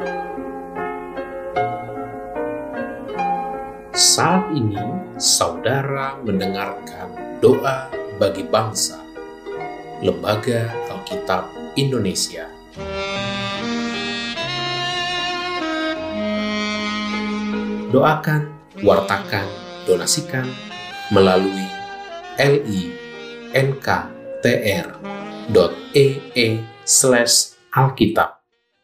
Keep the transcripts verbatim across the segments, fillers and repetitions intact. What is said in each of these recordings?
Saat ini, saudara mendengarkan Doa Bagi Bangsa, Lembaga Alkitab Indonesia. Doakan, wartakan, donasikan melalui linktr.ee slash alkitab.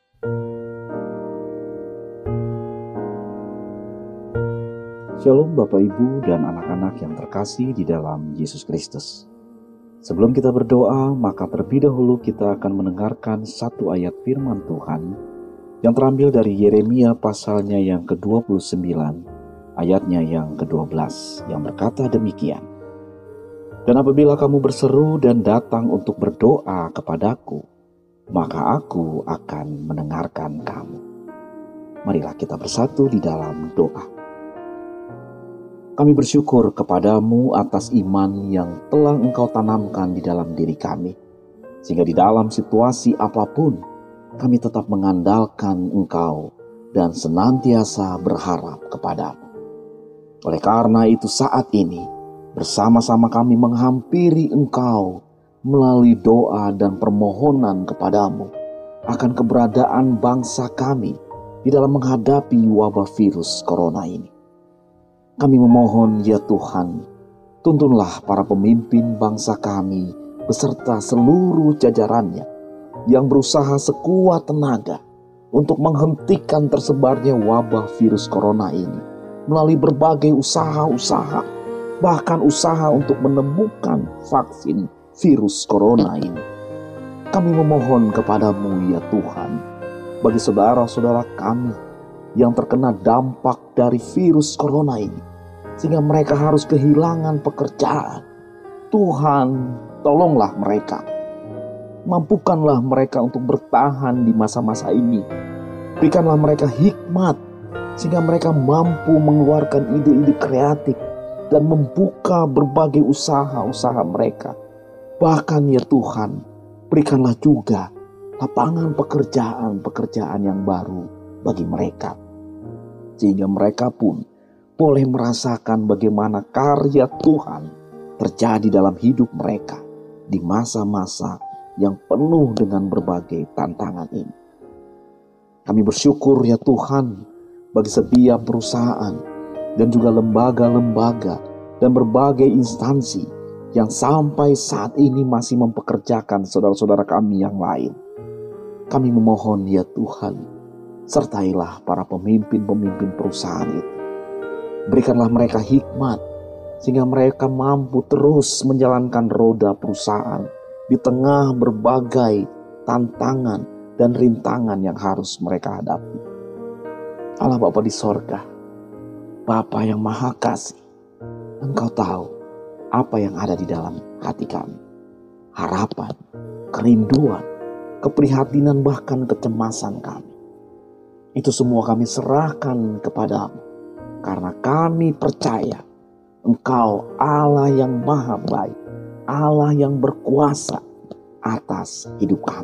Shalom Bapak Ibu dan anak-anak yang terkasih di dalam Yesus Kristus. Sebelum kita berdoa, maka terlebih dahulu kita akan mendengarkan satu ayat firman Tuhan yang terambil dari Yeremia pasalnya yang ke dua puluh sembilan, ayatnya yang ke dua belas, yang berkata demikian. Dan apabila kamu berseru dan datang untuk berdoa kepadaku, maka aku akan mendengarkan kamu. Marilah kita bersatu di dalam doa. Kami bersyukur kepadamu atas iman yang telah Engkau tanamkan di dalam diri kami, sehingga di dalam situasi apapun kami tetap mengandalkan Engkau dan senantiasa berharap kepadamu. Oleh karena itu saat ini bersama-sama kami menghampiri Engkau melalui doa dan permohonan kepadamu akan keberadaan bangsa kami di dalam menghadapi wabah virus corona ini. Kami memohon ya Tuhan, tuntunlah para pemimpin bangsa kami beserta seluruh jajarannya yang berusaha sekuat tenaga untuk menghentikan tersebarnya wabah virus corona ini melalui berbagai usaha-usaha, bahkan usaha untuk menemukan vaksin virus corona ini. Kami memohon kepadamu ya Tuhan, bagi saudara-saudara kami yang terkena dampak dari virus corona ini, sehingga mereka harus kehilangan pekerjaan. Tuhan, tolonglah mereka. Mampukanlah mereka untuk bertahan di masa-masa ini. Berikanlah mereka hikmat, sehingga mereka mampu mengeluarkan ide-ide kreatif dan membuka berbagai usaha-usaha mereka. Bahkan ya Tuhan, berikanlah juga lapangan pekerjaan-pekerjaan yang baru bagi mereka, sehingga mereka pun boleh merasakan bagaimana karya Tuhan terjadi dalam hidup mereka di masa-masa yang penuh dengan berbagai tantangan ini. Kami bersyukur ya Tuhan bagi setiap perusahaan dan juga lembaga-lembaga dan berbagai instansi yang sampai saat ini masih mempekerjakan saudara-saudara kami yang lain. Kami memohon ya Tuhan, sertailah para pemimpin-pemimpin perusahaan itu. Berikanlah mereka hikmat, sehingga mereka mampu terus menjalankan roda perusahaan di tengah berbagai tantangan dan rintangan yang harus mereka hadapi. Allah Bapa di sorga, Bapa yang Maha Kasih, Engkau tahu apa yang ada di dalam hati kami. Harapan, kerinduan, keprihatinan, bahkan kecemasan kami. Itu semua kami serahkan kepadamu. Karena kami percaya Engkau Allah yang maha baik, Allah yang berkuasa atas hidup kami.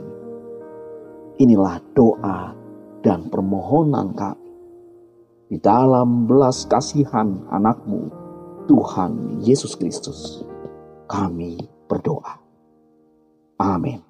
Inilah doa dan permohonan kami di dalam belas kasihan anak-Mu, Tuhan Yesus Kristus. Kami berdoa. Amin.